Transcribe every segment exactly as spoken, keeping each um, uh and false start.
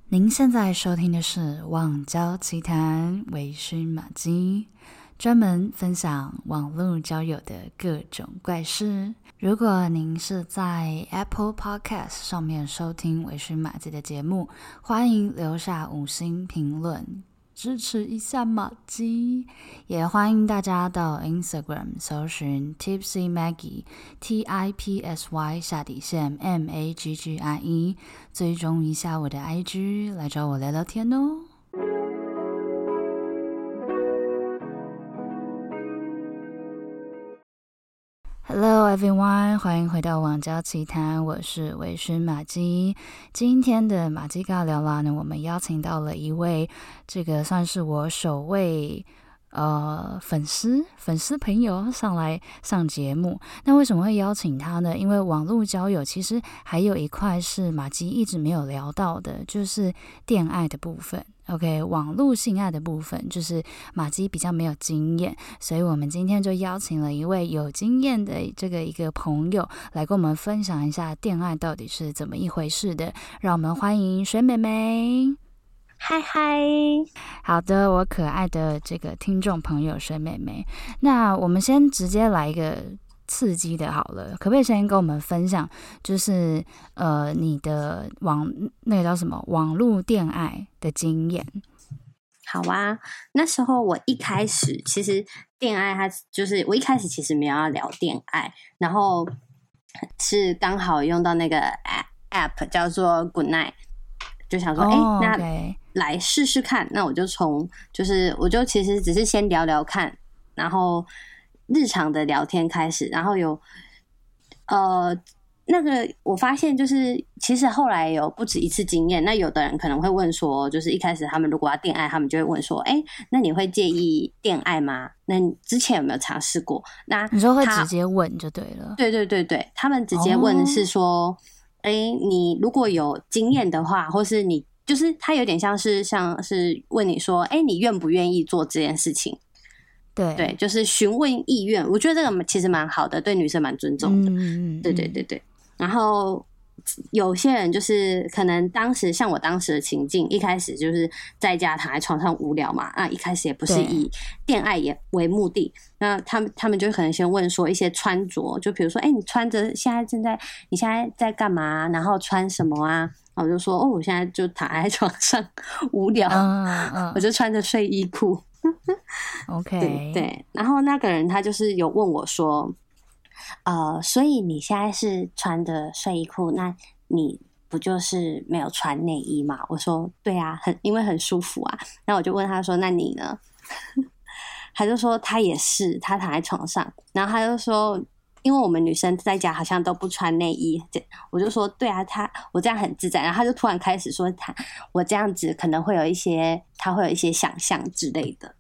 您现在收听的是《网交奇谈》，微醺马基，专门分享网络交友的各种怪事。如果您是在 Apple Podcast 上面收听微醺马基的节目，欢迎留下五星评论，支持一下马基。也欢迎大家到 Instagram 搜寻 Tipsy Maggie T I P S Y 下底线 M A G G I E， 追踪一下我的 I G 来找我聊聊天哦。Hello everyone， 欢迎回到网交奇谈，我是微醺马基。今天的马基尬聊啦呢，我们邀请到了一位，这个算是我首位呃粉丝粉丝朋友上来上节目。那为什么会邀请他呢？因为网络交友其实还有一块是马基一直没有聊到的，就是恋爱的部分。OK， 网络性爱的部分就是马基比较没有经验，所以我们今天就邀请了一位有经验的这个一个朋友来跟我们分享一下恋爱到底是怎么一回事的。让我们欢迎水妹妹。 嗨嗨， 好的，我可爱的这个听众朋友水妹妹，那我们先直接来一个刺激的好了，可不可以先跟我们分享，就是呃你的网那个叫什么网络恋爱的经验？ 好啊，那时候我一开始其实恋爱，它就是我一开始其实没有要聊恋爱，然后是刚好用到那个 app 叫做 Good Night， 就想说哎、 哦欸，那 okay 来试试看，那我就从就是我就其实只是先聊聊看，然后日常的聊天开始，然后有呃那个我发现就是其实后来有不止一次经验。那有的人可能会问说，就是一开始他们如果要恋爱，他们就会问说，哎、欸，那你会介意恋爱吗？那你之前有没有尝试过？那你说会直接问就对了。 对对对对，他们直接问是说，哎、哦欸，你如果有经验的话，或是你就是他有点像是像是问你说，哎、欸，你愿不愿意做这件事情？ 对对，就是询问意愿，我觉得这个其实蛮好的，对女生蛮尊重的。嗯嗯，对对对对。然后有些人就是可能当时像我当时的情境，一开始就是在家躺在床上无聊嘛，那一开始也不是以恋爱也为目的，那他们他们就可能先问说一些穿着，就比如说，哎、欸，你穿着现在正在你现在在干嘛？然后穿什么啊？然后我就说，哦，我现在就躺在床上无聊，嗯嗯我就穿着睡衣裤。 OK， 对对，然后那个人他就是有问我说，呃，所以你现在是穿着睡衣裤，那你不就是没有穿内衣吗？我说对啊，很因为很舒服啊。那我就问他说，那你呢？他就说他也是，他躺在床上，然后他就说，因为我们女生在家好像都不穿内衣，我就说对啊，他我这样很自在。然后他就突然开始说他我这样子可能会有一些他会有一些想象之类的。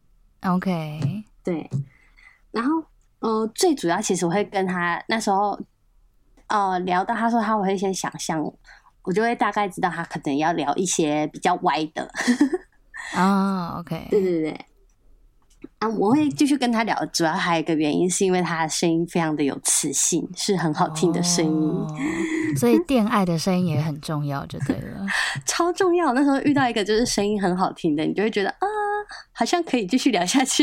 OK， 对，然后呃，最主要其实我会跟他那时候呃聊到，他说他会先想象，我就会大概知道他可能要聊一些比较歪的。 啊、oh, OK， 对对对。啊，我会继续跟他聊，主要还有一个原因是因为他的声音非常的有磁性，是很好听的声音， oh, 所以恋爱的声音也很重要就对了。 超重要。那时候遇到一个就是声音很好听的，你就会觉得啊，好像可以继续聊下去。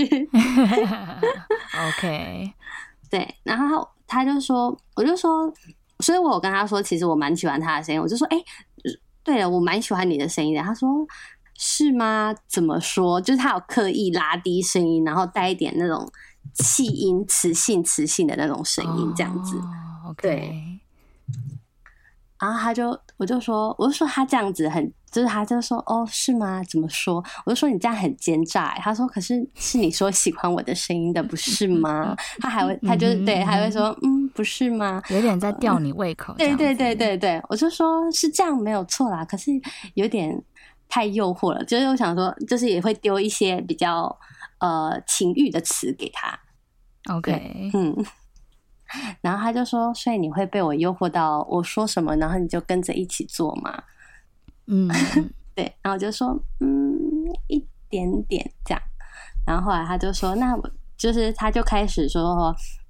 OK， 对，然后他就说，我就说，所以我有跟他说，其实我蛮喜欢他的声音。我就说，哎、欸，对了，我蛮喜欢你的声音的。他说，是吗？怎么说？就是他有刻意拉低声音，然后带一点那种气音、磁性、磁性的那种声音，这样子。 Oh, okay. 对。然后他就，我就说，我就说他这样子很，就是他就说，哦，是吗？怎么说？我就说你这样很奸诈、欸。他说，可是是你说喜欢我的声音的，不是吗？他还会，他就是对，还会说，嗯，不是吗？ 有点在吊你胃口、呃。 对对对对对，我就说是这样没有错啦，可是有点太诱惑了，就是我想说，就是也会丢一些比较呃情欲的词给他。 OK， 嗯。然后他就说，所以你会被我诱惑到我说什么，然后你就跟着一起做嘛？ 嗯， 对。然后我就说，嗯，一点点这样。然后后来他就说，那我就是他就开始说，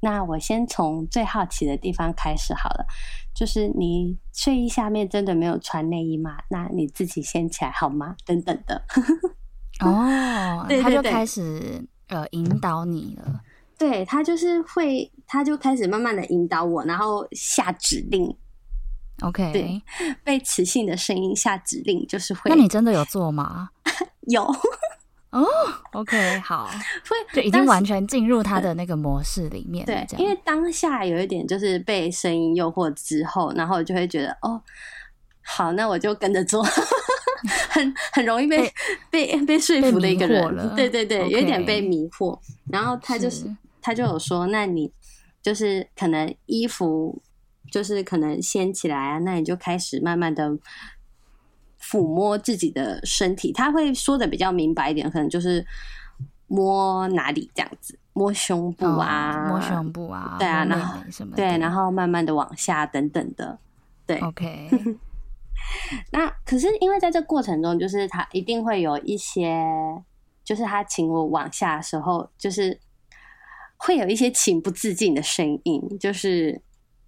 那我先从最好奇的地方开始好了，就是你睡衣下面真的没有穿内衣吗？那你自己掀起来好吗？等等的。 哦， 对对对， 他就开始呃引导你了。 对，他就是会，他就开始慢慢的引导我，然后下指令。 OK， 对，被磁性的声音下指令，就是会。 那你真的有做吗？ 有。 哦 ，OK， 好， 会就已经完全进入他的那个模式里面。 对，因为当下有一点就是被声音诱惑之后，然后就会觉得哦，好，那我就跟着做，很很容易被被被, 被说服的一个人。对对对， okay， 有一点被迷惑。然后他就是他就有说，那你就是可能衣服。就是可能掀起来啊，那你就开始慢慢的抚摸自己的身体。他会说的比较明白一点，可能就是摸哪里这样子，摸胸部啊， 哦、摸胸部啊， 对啊，然后什么的， 对，然后慢慢的往下等等的，对 ，OK 。 那可是因为在这过程中，就是他一定会有一些，就是他请我往下的时候，就是会有一些情不自禁的声音，就是。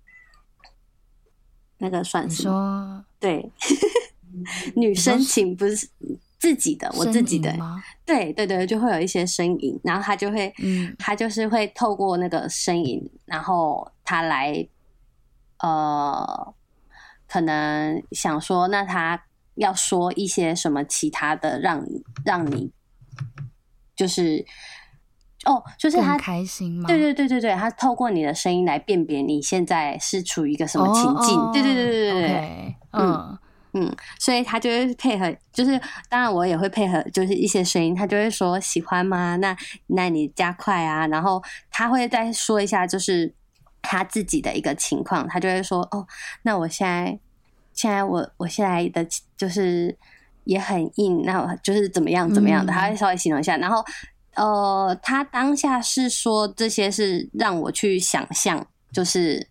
那个算什么？对，女生情不是自己的，我自己的，对对对，就会有一些声音，然后他就会，嗯，他就是会透过那个声音，然后他来，呃，可能想说，那他要说一些什么其他的，让你让你就是。哦，就是他开心吗？ 对对对对对，他透过你的声音来辨别你现在是处于一个什么情境。哦、对对对对对对， okay， 嗯嗯，所以他就会配合，就是当然我也会配合，就是一些声音，他就会说喜欢吗？那那你加快啊，然后他会再说一下，就是他自己的一个情况，他就会说哦，那我现在现在我我现在的就是也很硬，那我就是怎么样怎么样的，嗯、他会稍微形容一下，然后。呃，他当下是说这些是让我去想象，就是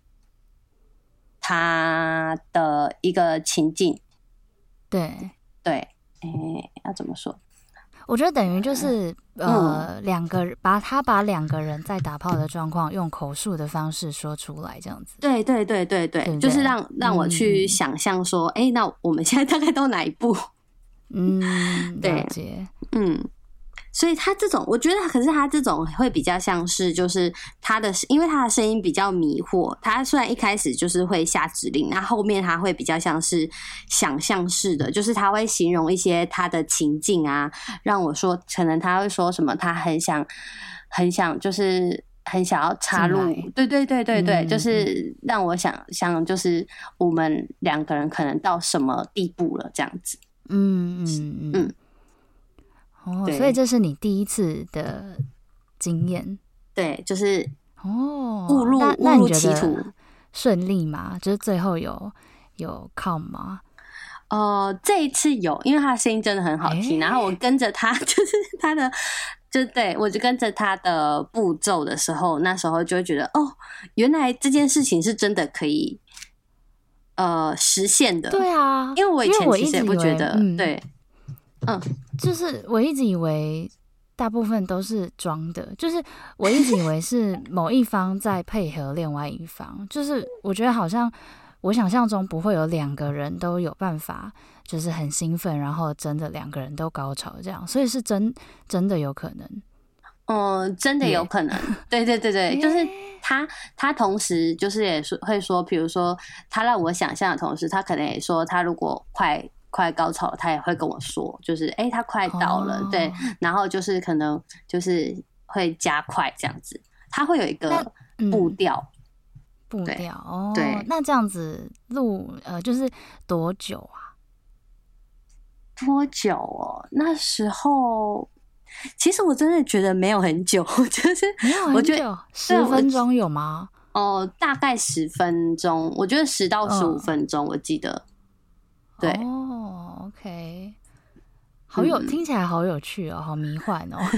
他的一个情境。 对对，诶，要怎么说？ 我觉得等于就是呃，两、嗯、个把他把两个人在打炮的状况用口述的方式说出来，这样子。 对对对对 对, 对，就是让让我去想象说，哎、嗯，那我们现在大概到哪一步？ 嗯，了解， 嗯。所以他这种，我觉得，可是他这种会比较像是，就是他的，因为他的声音比较迷惑。他虽然一开始就是会下指令，那后面他会比较像是想象式的，就是他会形容一些他的情境啊，让我说，可能他会说什么，他很想，很想，就是很想要插入，对对对对对，嗯、就是让我想象，就是我们两个人可能到什么地步了，这样子。 嗯嗯嗯。嗯哦，所以这是你第一次的经验， 对，就是哦， 误入误入歧途， 顺利吗？就是最后有有靠吗？ 呃，这一次有，因为他的声音真的很好听，欸、然后我跟着他，就是他的，就对我就跟着他的步骤的时候，那时候就会觉得，哦，原来这件事情是真的可以呃实现的。 对啊， 因为我以前其实也不觉得，嗯、对。 嗯，就是我一直以为大部分都是装的，就是我一直以为是某一方在配合另外一方，就是我觉得好像我想象中不会有两个人都有办法，就是很兴奋，然后真的两个人都高潮这样，所以是真真的有可能。 嗯，真的有可能， yeah. 对对对对， yeah. 就是他他同时就是也是会说，比如说他让我想象的同时，他可能也说他如果快。快高潮他也会跟我说，就是哎、欸，他快到了，哦、对，然后就是可能就是会加快这样子，他会有一个步调， 步调哦，对，那这样子录呃，就是多久啊？ 多久哦？那时候其实我真的觉得没有很久，就是没有很久，十分钟有吗？ 哦、呃，大概十分钟，我觉得十到十五分钟，我记得。对哦 ，OK， 好有、嗯、听起来好有趣哦，好迷幻哦。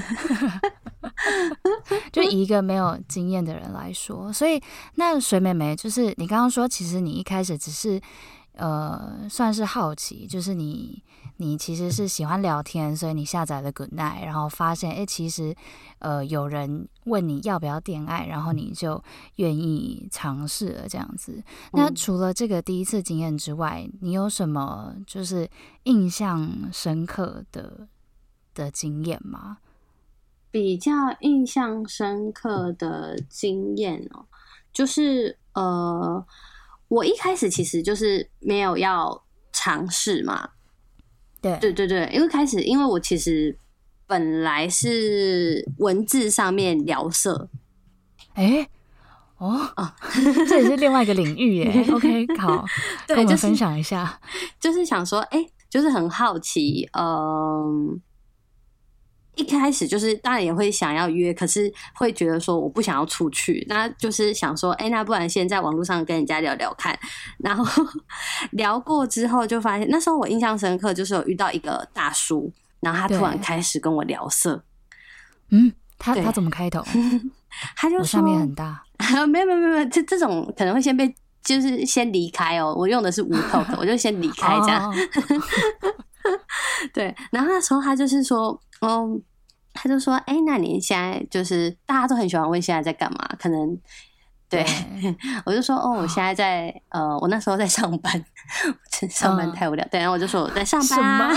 就以一个没有经验的人来说，所以那水妹妹就是你刚刚说，其实你一开始只是呃算是好奇，就是你你其实是喜欢聊天，所以你下载了 Goodnight， 然后发现哎，其实呃有人问你要不要恋爱，然后你就愿意尝试了这样子。那除了这个第一次经验之外，你有什么就是印象深刻的的经验吗？ 比较印象深刻的经验哦，就是呃，我一开始其实就是没有要尝试嘛。 对对对对，因为开始，因为我其实本来是文字上面聊色， 哎、欸，哦哦，这也是另外一个领域耶。OK， 好， 对， 跟我们分享一下。 就是、就是想说，哎、欸，就是很好奇，嗯。一开始就是当然也会想要约，可是会觉得说我不想要出去，那就是想说哎、欸，那不然先在网络上跟人家聊聊看。然后聊过之后就发现，那时候我印象深刻，就是有遇到一个大叔，然后他突然开始跟我聊色。 嗯，他他怎么开头？ 他就说我下面很大。 没有没有没有，这这种可能会先被就是先离开哦。我用的是无 talk， 我就先离开这样。对，然后那时候他就是说，哦，他就说，哎、欸，那你现在就是大家都很喜欢问现在在干嘛？可能对，对我就说，哦，我现在在呃，我那时候在上班，上班太无聊。对，然后我就说我在上班啊。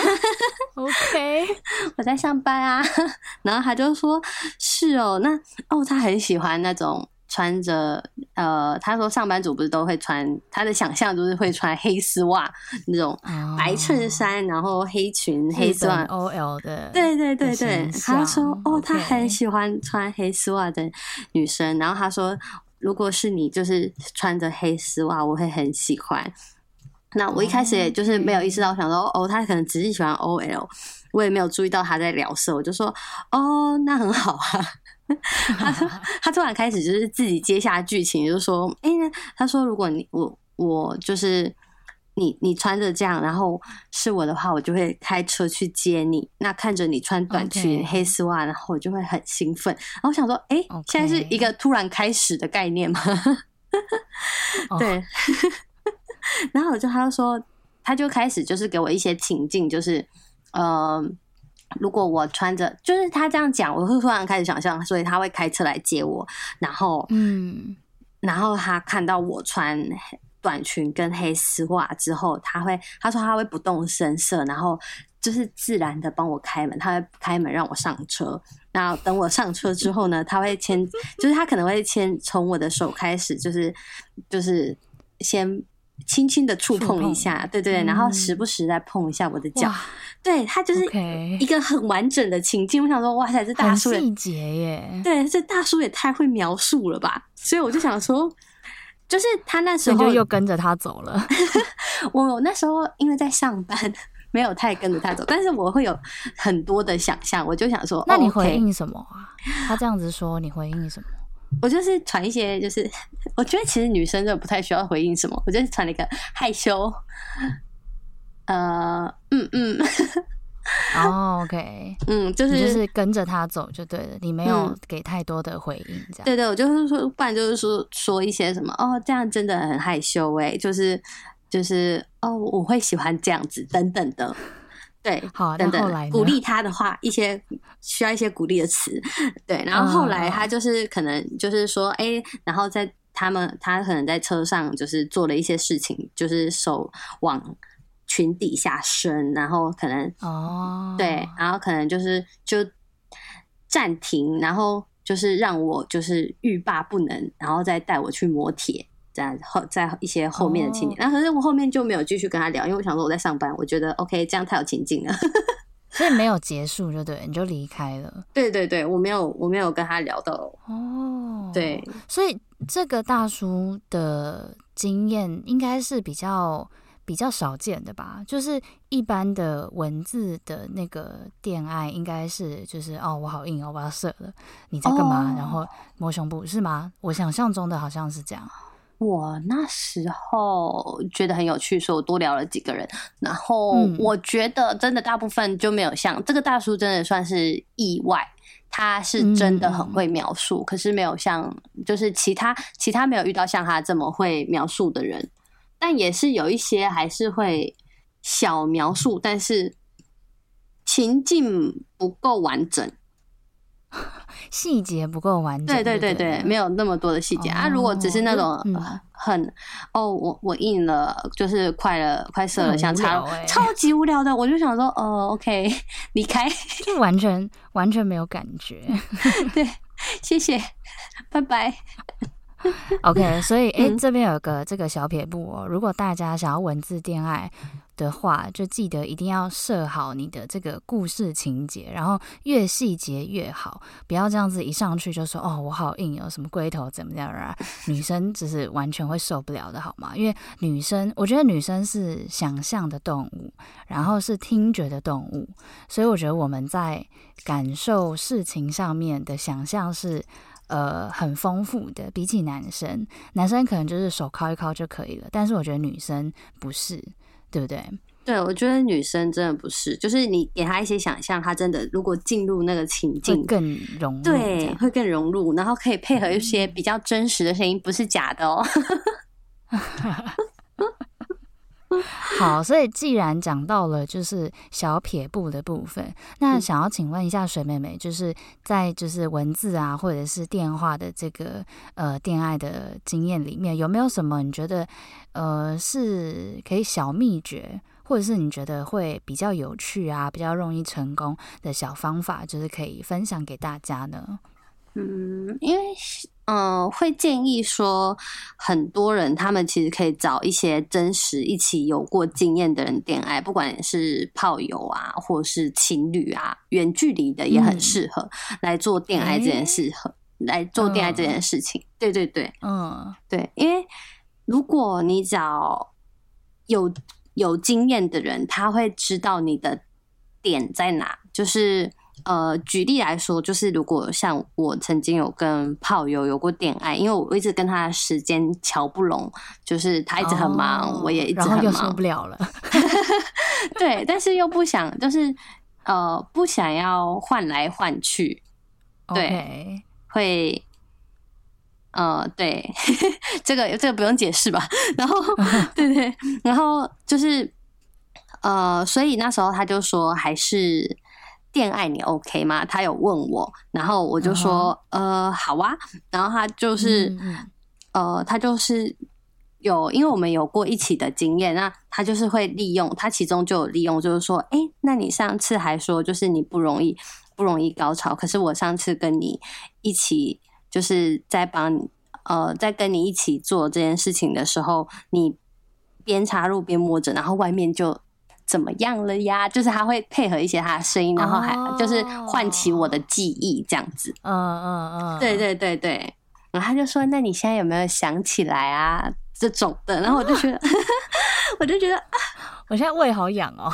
OK， 我在上班啊。然后他就说，是哦，那哦，他很喜欢那种。穿着呃，他说上班族不是都会穿，他的想象就是会穿黑丝袜那种白衬衫，哦、然后黑裙、黑丝袜 O L 的， 对对对对。他说哦， okay. 他很喜欢穿黑丝袜的女生，然后他说，如果是你就是穿着黑丝袜，我会很喜欢。那我一开始也就是没有意识到，想说哦，他可能只是喜欢 O L， 我也没有注意到他在聊色，我就说哦，那很好啊。他说他突然开始就是自己接下剧情，就说哎、欸，他说如果你我我就是你你穿着这样，然后是我的话，我就会开车去接你。那看着你穿短裙、okay. 黑丝袜，然后我就会很兴奋。然后我想说，哎、欸 okay. 现在是一个突然开始的概念吗？对。Oh. 然后我就他就说，他就开始就是给我一些情境，就是呃。如果我穿着，就是他这样讲，我会突然开始想象，所以他会开车来接我，然后，嗯，然后他看到我穿短裙跟黑丝袜之后，他会，他说他会不动声色，然后就是自然的帮我开门，他会开门让我上车，然后等我上车之后呢，他会牵，就是他可能会先从我的手开始，就是就是先。轻轻的触碰一下，对对对，然后时不时再碰一下我的脚，对，它就是一个很完整的情境。我想说，哇塞，这大叔也细节耶， 对，这大叔也太会描述了吧！所以我就想说，就是他那时候就又跟着他走了。 我那时候因为在上班，没有太跟着他走，但是我会有很多的想象，我就想说， 那你回应什么啊？哦 okay、他这样子说，你回应什么？ 我就是传一些，就是我觉得其实女生真的不太需要回应什么，我就是传了一个害羞，呃，嗯嗯， 哦、oh, ，OK， 嗯，就是你就是跟着他走就对了，你没有给太多的回应，这样、嗯。 对对，我就是说，不然就是说说一些什么哦，这样真的很害羞哎、欸，就是就是哦，我会喜欢这样子等等的。对， 好， 等等， 后来鼓励他的话，一些需要一些鼓励的词，对，然后后来他就是可能就是说，哎、欸，然后在他们他可能在车上就是做了一些事情，就是手往裙底下伸，然后可能哦， 对，然后可能就是就暂停，然后就是让我就是欲罢不能，然后再带我去摩铁。在后在一些后面的情景，然后、oh. 可是我后面就没有继续跟他聊，因为我想说我在上班，我觉得 OK 这样太有情境了， 所以没有结束就对，你就离开了。 对对对，我没有我没有跟他聊到哦， oh. 对， 所以这个大叔的经验应该是比较比较少见的吧？就是一般的文字的那个恋爱，应该是就是哦，我好硬哦，我要射了，你在干嘛？ Oh. 然后摸胸部是吗？我想象中的好像是这样。 我那时候觉得很有趣，所以我多聊了几个人，然后我觉得真的大部分就没有像、嗯、这个大叔真的算是意外，他是真的很会描述、嗯、可是没有像就是其他其他没有遇到像他这么会描述的人。 但也是有一些还是会小描述，但是情境不够完整， 细节不够完整。 对对对对，没有那么多的细节、哦、啊。如果只是那种、嗯、很哦，我我印了，就是快了快射了，像插、欸、超级无聊的，我就想说，哦 ，OK， 离开， 就完全完全没有感觉。 对，谢谢，拜拜。 OK， 所以哎、欸，这边有个这个小撇步哦。如果大家想要文字恋爱的话，就记得一定要设好你的这个故事情节，然后越细节越好，不要这样子一上去就说哦，我好硬，有什么龟头怎么样啊？女生只是完全会受不了的，好吗？因为女生，我觉得女生是想象的动物，然后是听觉的动物，所以我觉得我们在感受事情上面的想象是。呃，很丰富的，比起男生，男生可能就是手敲一敲就可以了，但是我觉得女生不是，对不对？ 对，我觉得女生真的不是，就是你给她一些想象，她真的如果进入那个情境， 会更融入， 对，会更融入，然后可以配合一些比较真实的声音，不是假的哦。 好，所以既然讲到了就是小撇步的部分，那想要请问一下水妹妹，就是在就是文字啊或者是电话的这个呃恋爱的经验里面，有没有什么你觉得呃是可以小秘诀，或者是你觉得会比较有趣啊，比较容易成功的小方法，就是可以分享给大家呢？ 嗯，因为嗯、呃，会建议说，很多人他们其实可以找一些真实一起有过经验的人恋爱，不管是炮友啊，或是情侣啊，远距离的也很适合来做恋爱这件事，嗯、来做恋爱这件事情。嗯、对对对，嗯，对，因为如果你找有有经验的人，他会知道你的点在哪，就是。呃，举例来说，就是如果像我曾经有跟炮友有过恋爱，因为我一直跟他的时间瞧不拢，就是他一直很忙，哦、我也一直很忙， 然后又受不了了。 对，但是又不想，就是呃，不想要换来换去，对， okay. 会，呃，对，这个这个不用解释吧？然后，对对，然后就是呃，所以那时候他就说还是。恋爱你 OK 吗？他有问我，然后我就说、uh-huh. 呃好啊，然后他就是、嗯、呃他就是有，因为我们有过一起的经验，那他就是会利用，他其中就有利用，就是说，哎、欸，那你上次还说就是你不容易不容易高潮，可是我上次跟你一起就是在帮你呃在跟你一起做这件事情的时候，你边插入边摸着，然后外面就。怎么样了呀？就是他会配合一些他的声音，然后还就是唤起我的记忆，这样子。嗯嗯嗯，对对对对。然后他就说：“那你现在有没有想起来啊？这种的。”然后我就觉得，我就觉得， 我现在胃好痒哦。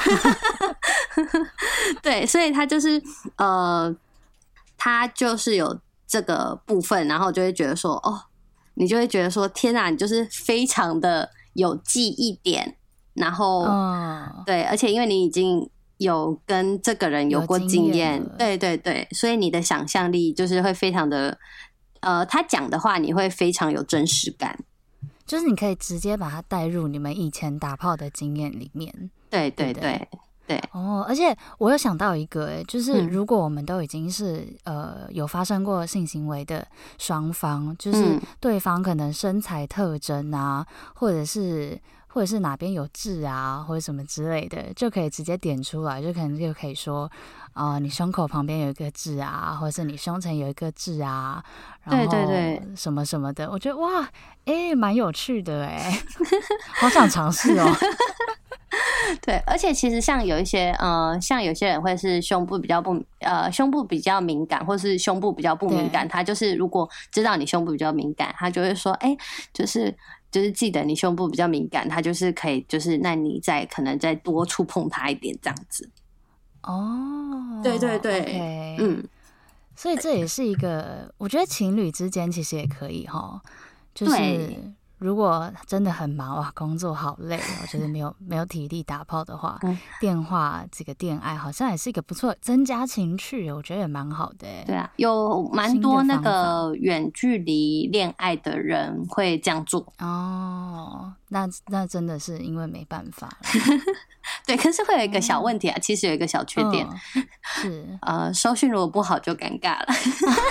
对，所以他就是呃，他就是有这个部分，然后我就会觉得说，哦，你就会觉得说，天哪，你就是非常的有记忆点。然后、嗯，对，而且因为你已经有跟这个人有过经验，对对对，所以你的想象力就是会非常的，呃，他讲的话你会非常有真实感， 就是你可以直接把它带入你们以前打炮的经验里面。 对对对 对, 对哦，而且我有想到一个，哎，就是如果我们都已经是、嗯、呃有发生过性行为的双方，就是对方可能身材特征啊，或者是。或者是哪边有痣啊，或者什么之类的，就可以直接点出来，就可能就可以说，呃，你胸口旁边有一个痣啊，或者是你胸前有一个痣啊，然后对对对， 什么什么的，我觉得哇，哎，蛮有趣的哎，好想尝试哦。 对，而且其实像有一些呃，像有些人会是胸部比较不呃胸部比较敏感，或是胸部比较不敏感，他就是如果知道你胸部比较敏感，他就会说，哎，就是就是记得你胸部比较敏感，他就是可以就是那你再可能再多触碰它一点这样子。 哦， 对对对， okay. 嗯， 所以这也是一个，我觉得情侣之间其实也可以齁，就是如果真的很忙哇，工作好累，我觉得没有没有体力打炮的话，嗯、电话这个恋爱好像也是一个不错增加情趣，我觉得也蛮好的。 对啊，有蛮多那个远距离恋爱的人会这样做哦。那那真的是因为没办法了。 对，可是会有一个小问题啊，嗯、其实有一个小缺点， 嗯、是呃，收讯如果不好就尴尬了，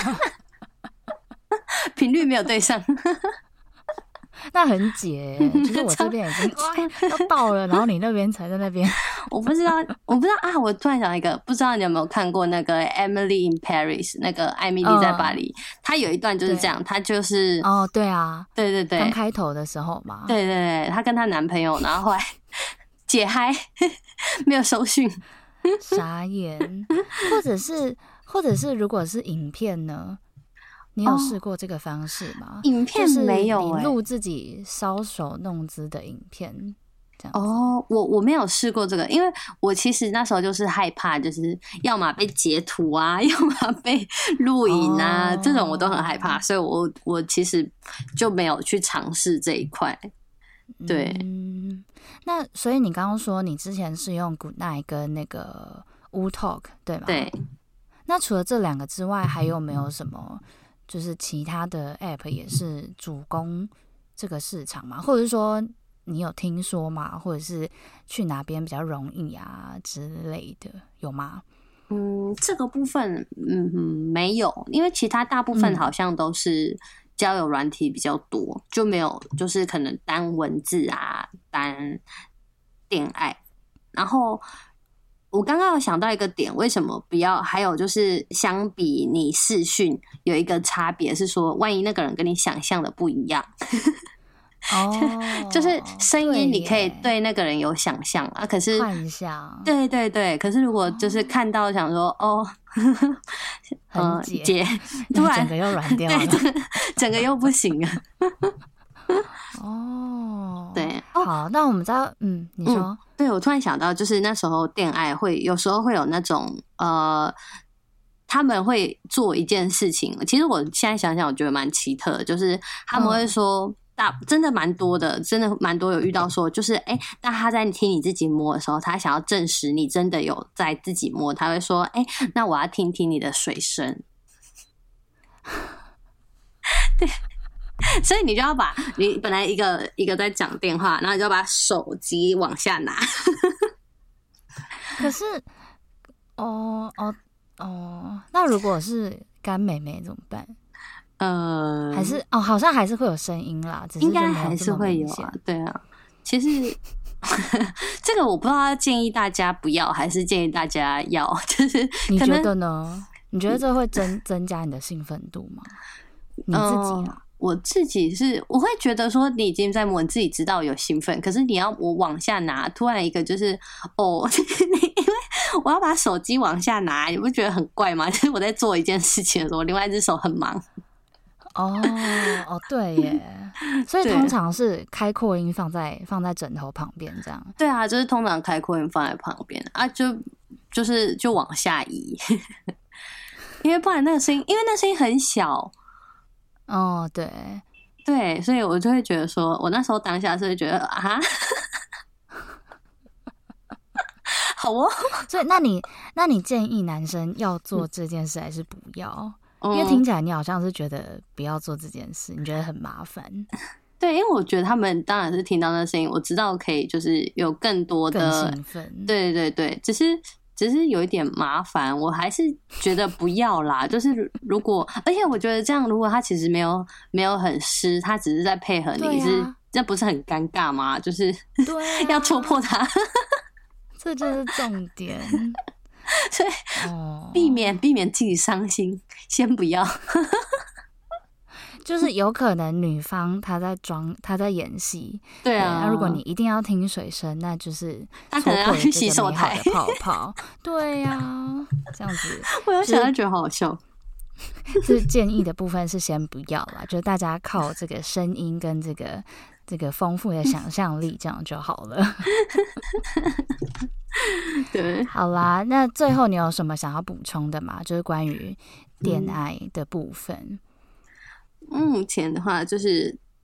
频率没有对上。 那很解，就是我这边已经哇要到了，然后你那边才在那边。 我不知道，我不知道啊！我突然想一个，不知道你有没有看过那个《Emily in Paris》那个艾米丽在巴黎，她、嗯、有一段就是这样，她就是哦，对啊， 对对对， 刚开头的时候嘛， 对对对，她跟她男朋友，然后后来解嗨，没有收讯， 傻眼，或者是或者是如果是影片呢？你有试过这个方式吗？ 哦、影片没有、欸， 就是你录自己搔首弄姿的影片，这样哦，我我没有试过这个，因为我其实那时候就是害怕，就是要么被截图啊，要么被录影啊，哦、这种我都很害怕，所以我我其实就没有去尝试这一块。对， 嗯，那所以你刚刚说你之前是用 Goodnight 跟那个 Wootalk 对吗？ 对。 那除了这两个之外，还有没有什么？就是其他的 app 也是主攻这个市场嘛，或者是说你有听说吗？或者是去哪边比较容易啊之类的，有吗？ 嗯，这个部分嗯没有，因为其他大部分好像都是交友软体比较多，嗯、就没有就是可能单文字啊、单恋爱，然后。我刚刚有想到一个点，为什么不要？还有就是，相比你视讯有一个差别是说，万一那个人跟你想象的不一样，哦，就是声音你可以对那个人有想象啊，可是幻想， 对对对，可是如果就是看到想说哦， 很解， 解突然整个又软掉了， 对，整个又不行了。 哦， 对， 好，那我们再嗯，你说。 嗯对，我突然想到，就是那时候恋爱会有时候会有那种呃，他们会做一件事情。其实我现在想想，我觉得蛮奇特的，就是他们会说大真的蛮多的，真的蛮多有遇到说，就是哎，当他在听你自己摸的时候，他想要证实你真的有在自己摸，他会说，哎，那我要听听你的水声。对。所以你就要把你本来一个一个在讲电话，然后你就要把手机往下拿。 可是，哦哦哦，那如果是干妹妹怎么办？呃，还是哦，好像还是会有声音啦，只是应该还是会有啊。对啊，其实这个我不知道，建议大家不要，还是建议大家要？就是你觉得呢？你觉得这会增增加你的兴奋度吗？你自己啊？ 呃我自己是，我会觉得说你已经在摸，你自己知道有兴奋，可是你要我往下拿，突然一个就是哦，因为我要把手机往下拿，你不觉得很怪吗？就是我在做一件事情的时候，另外一只手很忙。 哦哦，对耶，所以通常是开扩音放在放在枕头旁边这样。 对啊，就是通常开扩音放在旁边啊，就就是就往下移，因为不然那个声音，因为那声音很小。 哦，对对，所以我就会觉得说，我那时候当下是会觉得啊，好哦。 所以，那你那你建议男生要做这件事还是不要？嗯、因为听起来你好像是觉得不要做这件事，你觉得很麻烦。 对，因为我觉得他们当然是听到那声音，我知道可以就是有更多的更兴奋。 对对对，只是。只是有一点麻烦，我还是觉得不要啦。就是如果，而且我觉得这样，如果他其实没有没有很湿，他只是在配合你，啊、是这不是很尴尬吗？就是对、啊、 要戳破他， 这就是重点。 所以、哦、避免避免自己伤心，先不要。 就是有可能女方她在装，她在演戏。 对啊， 那如果你一定要听水声，那就是她可能要去洗手台的泡泡。对呀、啊，这样子。 我有想到觉得好好笑。 是建议的部分是先不要啦，就是大家靠这个声音跟这个这个丰富的想象力，这样就好了。 对， 好啦，那最后你有什么想要补充的吗？就是关于恋爱的部分。 目前的话，就是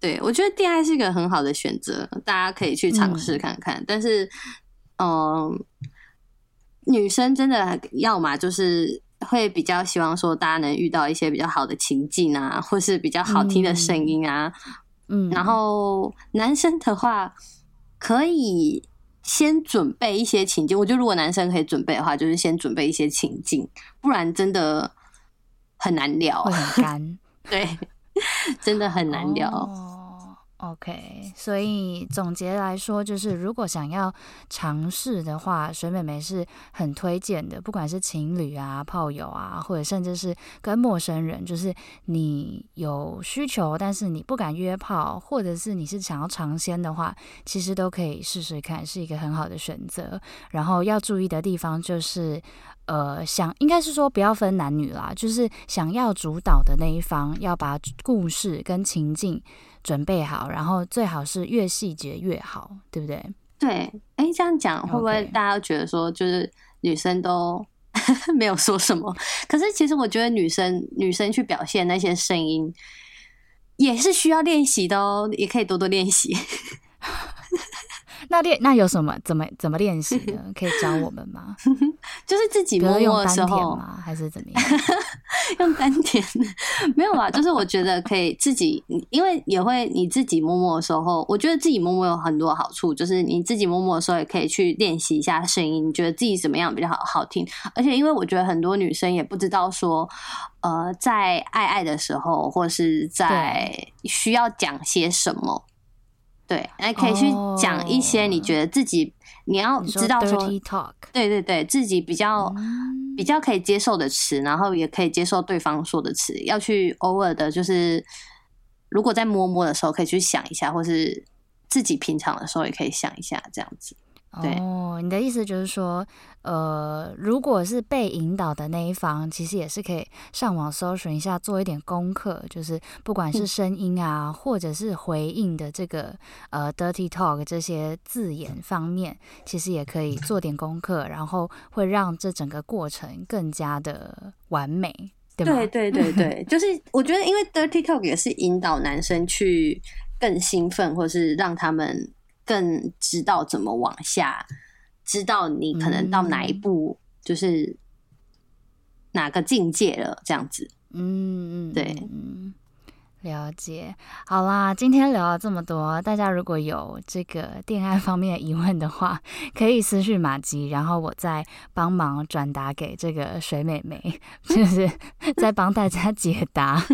对，我觉得恋爱是一个很好的选择，大家可以去尝试看看。嗯、但是，嗯、呃，女生真的要嘛就是会比较希望说，大家能遇到一些比较好的情境啊，或是比较好听的声音啊。嗯，然后男生的话，可以先准备一些情境。我觉得如果男生可以准备的话，就是先准备一些情境，不然真的很难聊， 会很干。 对。真的很难聊。 哦 OK， 所以总结来说，就是如果想要尝试的话，水美眉是很推荐的，不管是情侣啊、炮友啊，或者甚至是跟陌生人，就是你有需求，但是你不敢约炮，或者是你是想要尝鲜的话，其实都可以试试看，是一个很好的选择。然后要注意的地方就是。呃，想应该是说不要分男女啦，就是想要主导的那一方要把故事跟情境准备好，然后最好是越细节越好，对不对？ 对，哎，这样讲会不会大家觉得说，就是女生都没有说什么？可是其实我觉得女生女生去表现那些声音也是需要练习的哦，也可以多多练习。 那练那有什么怎么怎么练习呢？可以教我们吗？ 就是自己摸摸的时候用吗？还是怎么样？ 用丹田没有啦，就是我觉得可以自己，因为也会你自己摸摸的时候，我觉得自己摸摸有很多好处，就是你自己摸摸的时候也可以去练习一下声音，你觉得自己怎么样比较好好听。而且因为我觉得很多女生也不知道说，呃，在爱爱的时候，或是在需要讲些什么。对，还可以去讲一些你觉得自己你要知道说，对对对，自己比较、嗯、比较可以接受的词，然后也可以接受对方说的词，要去偶尔的，就是如果在摸摸的时候可以去想一下，或是自己平常的时候也可以想一下，这样子。对哦，你的意思就是说，呃，如果是被引导的那一方，其实也是可以上网搜寻一下，做一点功课，就是不管是声音啊，嗯、或者是回应的这个呃 dirty talk 这些字眼方面，其实也可以做点功课，然后会让这整个过程更加的完美，对吗？ 对对对对，就是我觉得，因为 dirty talk 也是引导男生去更兴奋，或是让他们更知道怎么往下，知道你可能到哪一步，就是哪个境界了，这样子。 嗯嗯， 对， 嗯，了解。好啦，今天聊了这么多，大家如果有这个恋爱方面的疑问的话，可以私讯马吉，然后我再帮忙转达给这个水美眉，就是再帮大家解答。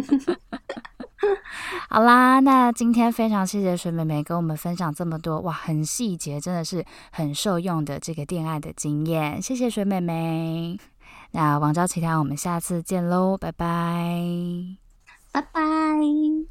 好啦，那今天非常谢谢水美眉跟我们分享这么多哇，很细节，真的是很受用的这个恋爱的经验，谢谢水美眉。那王昭其他我们下次见喽，拜拜， 拜拜。